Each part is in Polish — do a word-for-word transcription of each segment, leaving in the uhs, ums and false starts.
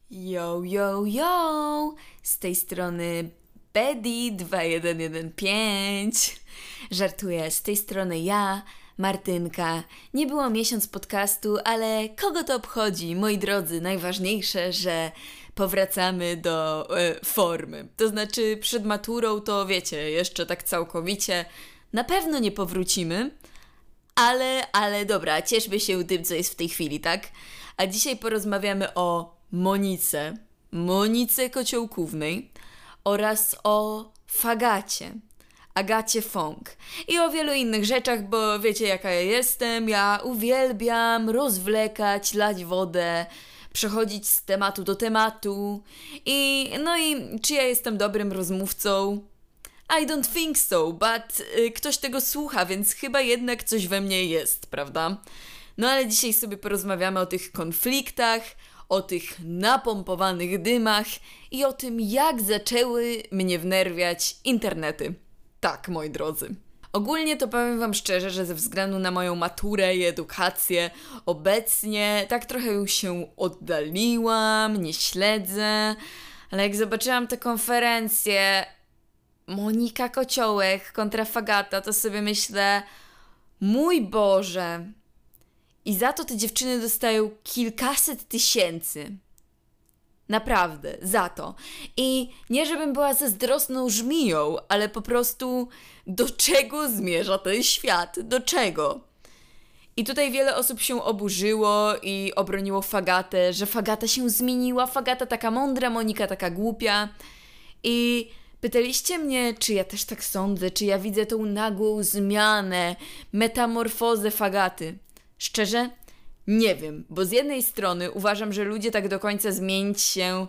Yo, yo, yo! Z tej strony Bedi dwa jeden jeden pięć. Żartuję, z tej strony ja, Martynka. Nie było miesiąc podcastu, ale kogo to obchodzi? Moi drodzy, najważniejsze, że powracamy do e, formy. To znaczy przed maturą to wiecie, jeszcze tak całkowicie na pewno nie powrócimy, ale, ale dobra, cieszmy się tym, co jest w tej chwili, tak? A dzisiaj porozmawiamy o Monice, Monice Kociołkównej oraz o Fagacie, Agacie Fong i o wielu innych rzeczach, bo wiecie jaka ja jestem, ja uwielbiam rozwlekać, lać wodę, przechodzić z tematu do tematu i no i czy ja jestem dobrym rozmówcą? I don't think so, but y, ktoś tego słucha, więc chyba jednak coś we mnie jest, prawda? No ale dzisiaj sobie porozmawiamy o tych konfliktach, o tych napompowanych dymach i o tym, jak zaczęły mnie wnerwiać internety. Tak, moi drodzy. Ogólnie to powiem wam szczerze, że ze względu na moją maturę i edukację obecnie tak trochę już się oddaliłam, nie śledzę, ale jak zobaczyłam tę konferencję Monika Kociołek kontra Fagata, to sobie myślę, mój Boże, i za to te dziewczyny dostają kilkaset tysięcy. Naprawdę, za to. I nie żebym była zazdrosną żmiją, ale po prostu do czego zmierza ten świat? Do czego? I tutaj wiele osób się oburzyło i obroniło Fagatę, że Fagata się zmieniła, Fagata taka mądra, Monika taka głupia. I pytaliście mnie, czy ja też tak sądzę, czy ja widzę tą nagłą zmianę, metamorfozę Fagaty. Szczerze? Nie wiem, bo z jednej strony uważam, że ludzie tak do końca zmienić się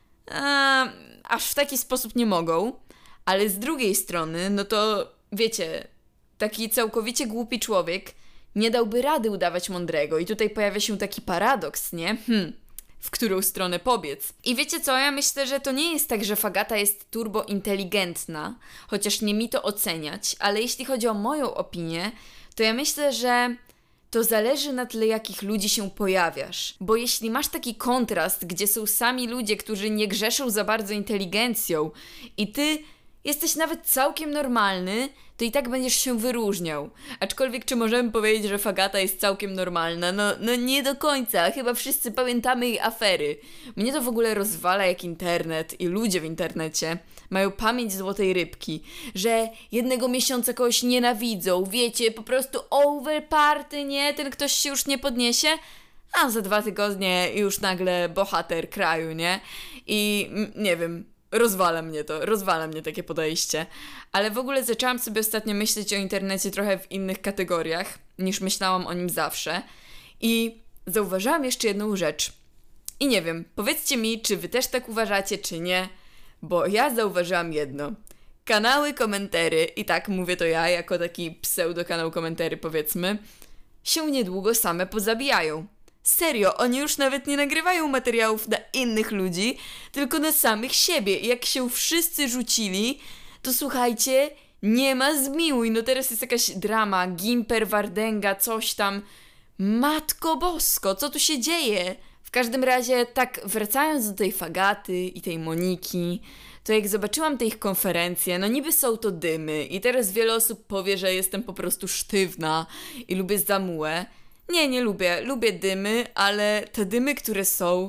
a, aż w taki sposób nie mogą, ale z drugiej strony, no to wiecie, taki całkowicie głupi człowiek nie dałby rady udawać mądrego i tutaj pojawia się taki paradoks, nie? Hm. W którą stronę pobiec. I wiecie co, ja myślę, że to nie jest tak, że Fagata jest turbo inteligentna, chociaż nie mi to oceniać, ale jeśli chodzi o moją opinię, to ja myślę, że to zależy na tle, jakich ludzi się pojawiasz. Bo jeśli masz taki kontrast, gdzie są sami ludzie, którzy nie grzeszą za bardzo inteligencją i ty jesteś nawet całkiem normalny, to i tak będziesz się wyróżniał. Aczkolwiek czy możemy powiedzieć, że Fagata jest całkiem normalna? No, no nie do końca. Chyba wszyscy pamiętamy jej afery. Mnie to w ogóle rozwala, jak internet i ludzie w internecie mają pamięć złotej rybki, że jednego miesiąca kogoś nienawidzą, wiecie, po prostu over party, nie? Ten ktoś się już nie podniesie, a za dwa tygodnie już nagle bohater kraju, nie? I nie wiem, rozwala mnie to, rozwala mnie takie podejście. Ale w ogóle zaczęłam sobie ostatnio myśleć o internecie trochę w innych kategoriach, niż myślałam o nim zawsze. I zauważyłam jeszcze jedną rzecz. I nie wiem, powiedzcie mi, czy wy też tak uważacie, czy nie, bo ja zauważyłam jedno. Kanały komentary, i tak mówię to ja, jako taki pseudo-kanał komentary powiedzmy, się niedługo same pozabijają. Serio, oni już nawet nie nagrywają materiałów na innych ludzi, tylko na samych siebie. I jak się wszyscy rzucili, to słuchajcie, nie ma zmiłuj. No teraz jest jakaś drama, Gimper, Wardęga, coś tam. Matko bosko, co tu się dzieje? W każdym razie, tak wracając do tej Fagaty i tej Moniki, to jak zobaczyłam te ich konferencje, no niby są to dymy i teraz wiele osób powie, że jestem po prostu sztywna i lubię zamułę. Nie, nie lubię. Lubię dymy, ale te dymy, które są,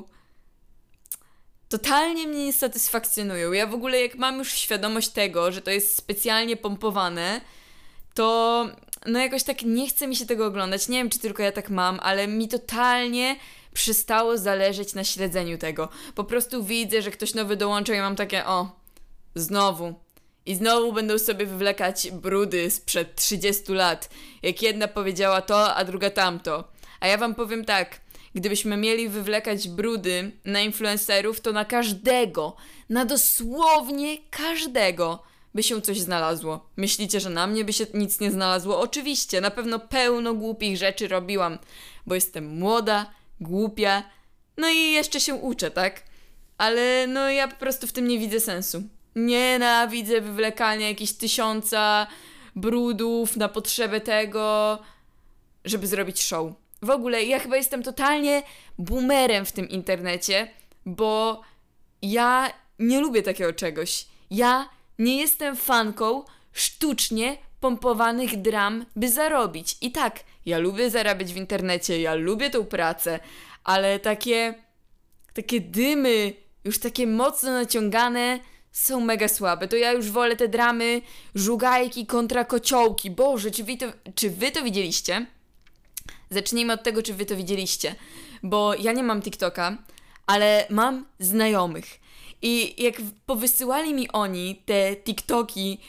totalnie mnie nie satysfakcjonują. Ja w ogóle jak mam już świadomość tego, że to jest specjalnie pompowane, to no jakoś tak nie chce mi się tego oglądać. Nie wiem, czy tylko ja tak mam, ale mi totalnie przestało zależeć na śledzeniu tego. Po prostu widzę, że ktoś nowy dołącza i mam takie, o, znowu. I znowu będą sobie wywlekać brudy sprzed trzydziestu lat. Jak jedna powiedziała to, a druga tamto. A ja wam powiem tak, gdybyśmy mieli wywlekać brudy na influencerów, to na każdego, na dosłownie każdego by się coś znalazło. Myślicie, że na mnie by się nic nie znalazło? Oczywiście, na pewno pełno głupich rzeczy robiłam, bo jestem młoda, głupia, no i jeszcze się uczę, tak? Ale no ja po prostu w tym nie widzę sensu. Nienawidzę wywlekania jakichś tysiąca brudów na potrzebę tego, żeby zrobić show. W ogóle ja chyba jestem totalnie boomerem w tym internecie, bo ja nie lubię takiego czegoś. Ja nie jestem fanką sztucznie pompowanych dram, by zarobić. I tak, ja lubię zarabiać w internecie, ja lubię tą pracę, ale takie, takie dymy, już takie mocno naciągane, są mega słabe. To ja już wolę te dramy żugajki kontra kociołki. Boże, czy wy to, czy wy to widzieliście? Zacznijmy od tego, czy wy to widzieliście. Bo ja nie mam TikToka, ale mam znajomych. I jak powysyłali mi oni te TikToki,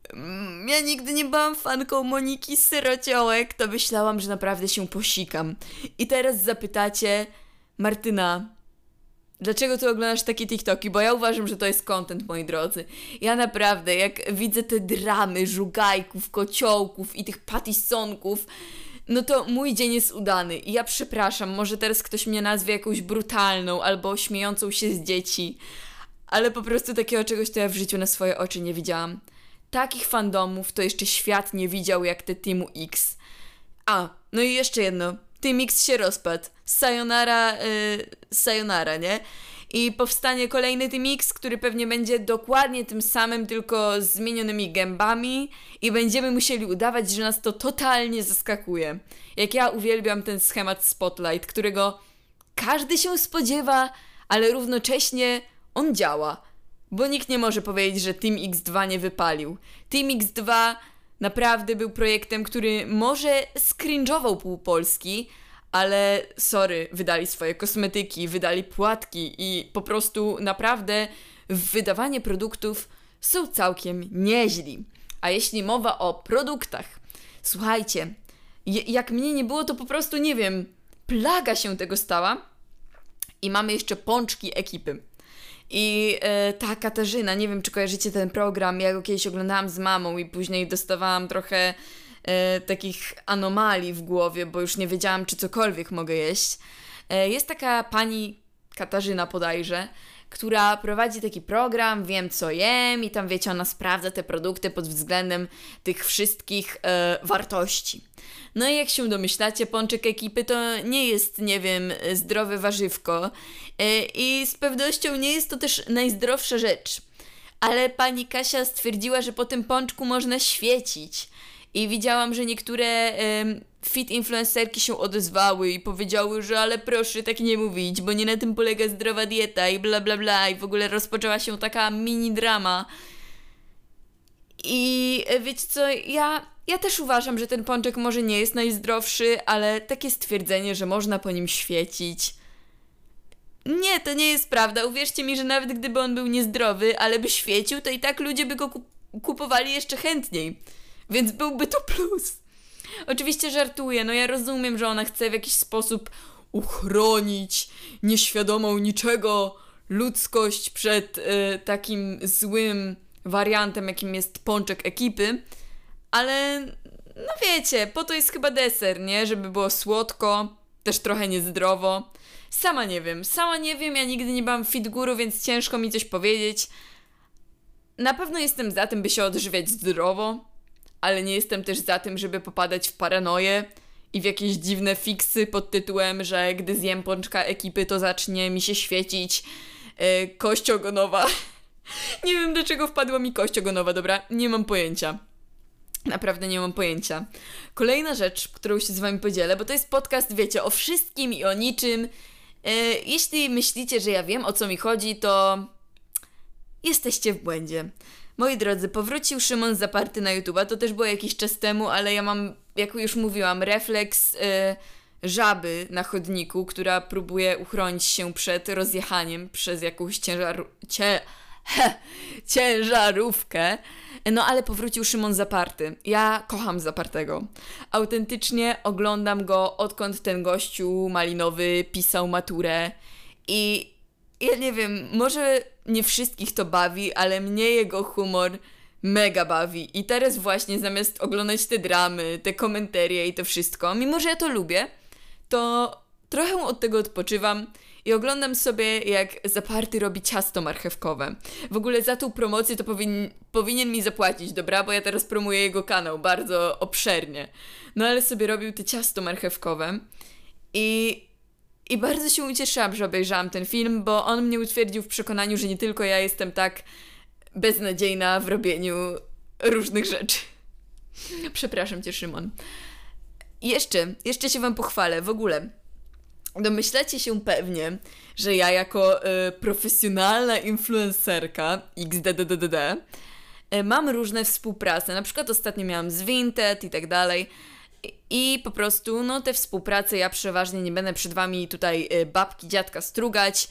ja nigdy nie byłam fanką Moniki z Syrociołek, to myślałam, że naprawdę się posikam. I teraz zapytacie, Martyna, dlaczego ty oglądasz takie TikToki? Bo ja uważam, że to jest content, moi drodzy. Ja naprawdę, jak widzę te dramy żugajków, kociołków i tych patisonków, no to mój dzień jest udany. I ja przepraszam, może teraz ktoś mnie nazwie jakąś brutalną albo śmiejącą się z dzieci, ale po prostu takiego czegoś to ja w życiu na swoje oczy nie widziałam. Takich fandomów to jeszcze świat nie widział jak te Teamu X. A, no i jeszcze jedno. Team X się rozpadł. Sayonara, yy, sayonara, nie? I powstanie kolejny Team X, który pewnie będzie dokładnie tym samym, tylko z zmienionymi gębami i będziemy musieli udawać, że nas to totalnie zaskakuje. Jak ja uwielbiam ten schemat Spotlight, którego każdy się spodziewa, ale równocześnie on działa. Bo nikt nie może powiedzieć, że Team X dwa nie wypalił. Team X dwa naprawdę był projektem, który może skringował pół Polski, ale sorry, wydali swoje kosmetyki, wydali płatki i po prostu naprawdę w wydawanie produktów są całkiem nieźli. A jeśli mowa o produktach, słuchajcie, jak mnie nie było, to po prostu nie wiem, plaga się tego stała i mamy jeszcze pączki ekipy. I e, ta Katarzyna, nie wiem czy kojarzycie ten program, ja go kiedyś oglądałam z mamą i później dostawałam trochę e, takich anomalii w głowie, bo już nie wiedziałam czy cokolwiek mogę jeść. E, jest taka pani Katarzyna bodajże, która prowadzi taki program, wiem co jem i tam wiecie, ona sprawdza te produkty pod względem tych wszystkich e, wartości. No i jak się domyślacie, pączek ekipy to nie jest, nie wiem, zdrowe warzywko yy, i z pewnością nie jest to też najzdrowsza rzecz. Ale pani Kasia stwierdziła, że po tym pączku można świecić. I widziałam, że niektóre yy, fit influencerki się odezwały i powiedziały, że ale proszę tak nie mówić, bo nie na tym polega zdrowa dieta i bla bla bla. I w ogóle rozpoczęła się taka mini drama. I wiecie co, ja... Ja też uważam, że ten pączek może nie jest najzdrowszy, ale takie stwierdzenie, że można po nim świecić... Nie, to nie jest prawda. Uwierzcie mi, że nawet gdyby on był niezdrowy, ale by świecił, to i tak ludzie by go kupowali jeszcze chętniej. Więc byłby to plus. Oczywiście żartuję, no ja rozumiem, że ona chce w jakiś sposób uchronić nieświadomą niczego ludzkość przed y, takim złym wariantem, jakim jest pączek ekipy. Ale, no wiecie, po to jest chyba deser, nie? Żeby było słodko, też trochę niezdrowo. Sama nie wiem, sama nie wiem, ja nigdy nie byłam fit guru, więc ciężko mi coś powiedzieć. Na pewno jestem za tym, by się odżywiać zdrowo, ale nie jestem też za tym, żeby popadać w paranoję i w jakieś dziwne fiksy pod tytułem, że gdy zjem pączka ekipy, to zacznie mi się świecić yy, kość ogonowa. Nie wiem, dlaczego wpadła mi kość ogonowa, dobra? Nie mam pojęcia. Naprawdę nie mam pojęcia. Kolejna rzecz, którą się z wami podzielę, bo to jest podcast, wiecie, o wszystkim i o niczym. Yy, jeśli myślicie, że ja wiem, o co mi chodzi, to jesteście w błędzie. Moi drodzy, powrócił Szymon Zaparty na YouTube'a, to też było jakiś czas temu, ale ja mam, jak już mówiłam, refleks yy, żaby na chodniku, która próbuje uchronić się przed rozjechaniem przez jakąś ciężar... Cie... He, ciężarówkę. No ale powrócił Szymon Zaparty. Ja kocham Zapartego. Autentycznie oglądam go, odkąd ten gościu malinowy pisał maturę. I ja nie wiem, może nie wszystkich to bawi, ale mnie jego humor mega bawi. I teraz właśnie zamiast oglądać te dramy, te komentarie i to wszystko, mimo że ja to lubię, to trochę od tego odpoczywam i oglądam sobie, jak Zaparty robi ciasto marchewkowe. W ogóle za tą promocję to powin, powinien mi zapłacić, dobra? Bo ja teraz promuję jego kanał bardzo obszernie. No ale sobie robił te ciasto marchewkowe i I bardzo się ucieszyłam, że obejrzałam ten film, bo on mnie utwierdził w przekonaniu, że nie tylko ja jestem tak beznadziejna w robieniu różnych rzeczy. Przepraszam cię, Szymon. Jeszcze, jeszcze się wam pochwalę. W ogóle domyślacie się pewnie, że ja jako y, profesjonalna influencerka xddddd y, mam różne współprace. Na przykład ostatnio miałam z Vinted i tak dalej. I po prostu, no te współprace, ja przeważnie nie będę przed wami tutaj y, babki, dziadka strugać.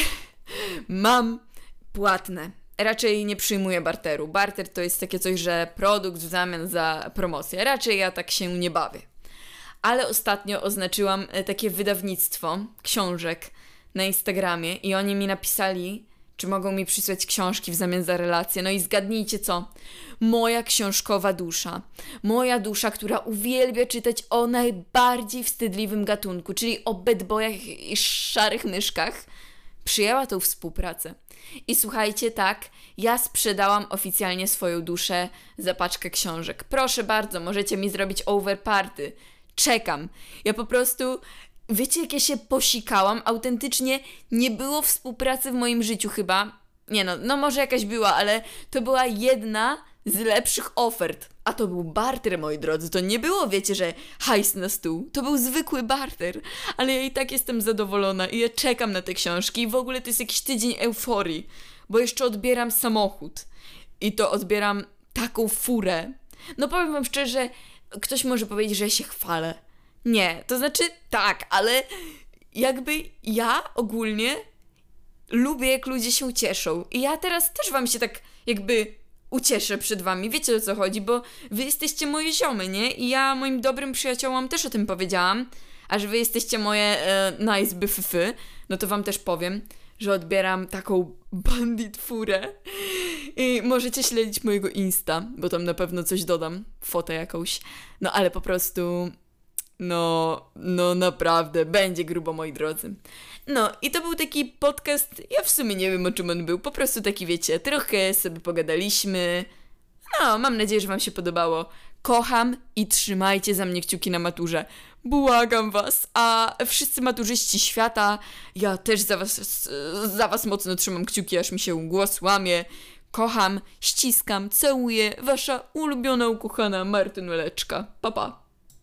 Mam płatne. Raczej nie przyjmuję barteru. Barter to jest takie coś, że produkt w zamian za promocję. Raczej ja tak się nie bawię. Ale ostatnio oznaczyłam takie wydawnictwo książek na Instagramie i oni mi napisali, czy mogą mi przysłać książki w zamian za relacje. No i zgadnijcie co? Moja książkowa dusza. Moja dusza, która uwielbia czytać o najbardziej wstydliwym gatunku, czyli o bad boyach i szarych myszkach, przyjęła tą współpracę. I słuchajcie, tak, ja sprzedałam oficjalnie swoją duszę za paczkę książek. Proszę bardzo, możecie mi zrobić overparty. Czekam. Ja po prostu, wiecie jak ja się posikałam? Autentycznie nie było współpracy w moim życiu chyba. Nie no, no może jakaś była, ale to była jedna z lepszych ofert. A to był barter, moi drodzy. To nie było, wiecie, że hajs na stół. To był zwykły barter. Ale ja i tak jestem zadowolona i ja czekam na te książki i w ogóle to jest jakiś tydzień euforii, bo jeszcze odbieram samochód. I to odbieram taką furę. No powiem wam szczerze, ktoś może powiedzieć, że ja się chwalę. Nie, to znaczy tak, ale jakby ja ogólnie lubię, jak ludzie się cieszą. I ja teraz też wam się tak jakby ucieszę przed wami. Wiecie, o co chodzi, bo wy jesteście moje ziomy, nie? I ja moim dobrym przyjaciołom też o tym powiedziałam. A że wy jesteście moje e, nice byfyfy, no to wam też powiem, że odbieram taką bandit furę. I możecie śledzić mojego Insta, bo tam na pewno coś dodam, fotę jakąś. No ale po prostu, no, no naprawdę, będzie grubo, moi drodzy. No i to był taki podcast, ja w sumie nie wiem, o czym on był, po prostu taki, wiecie, trochę sobie pogadaliśmy. No, mam nadzieję, że wam się podobało. Kocham i trzymajcie za mnie kciuki na maturze. Błagam was, a wszyscy maturzyści świata, ja też za was, za was mocno trzymam kciuki, aż mi się głos łamie. Kocham, ściskam, całuję, wasza ulubiona, ukochana Martynuleczka. Pa, pa.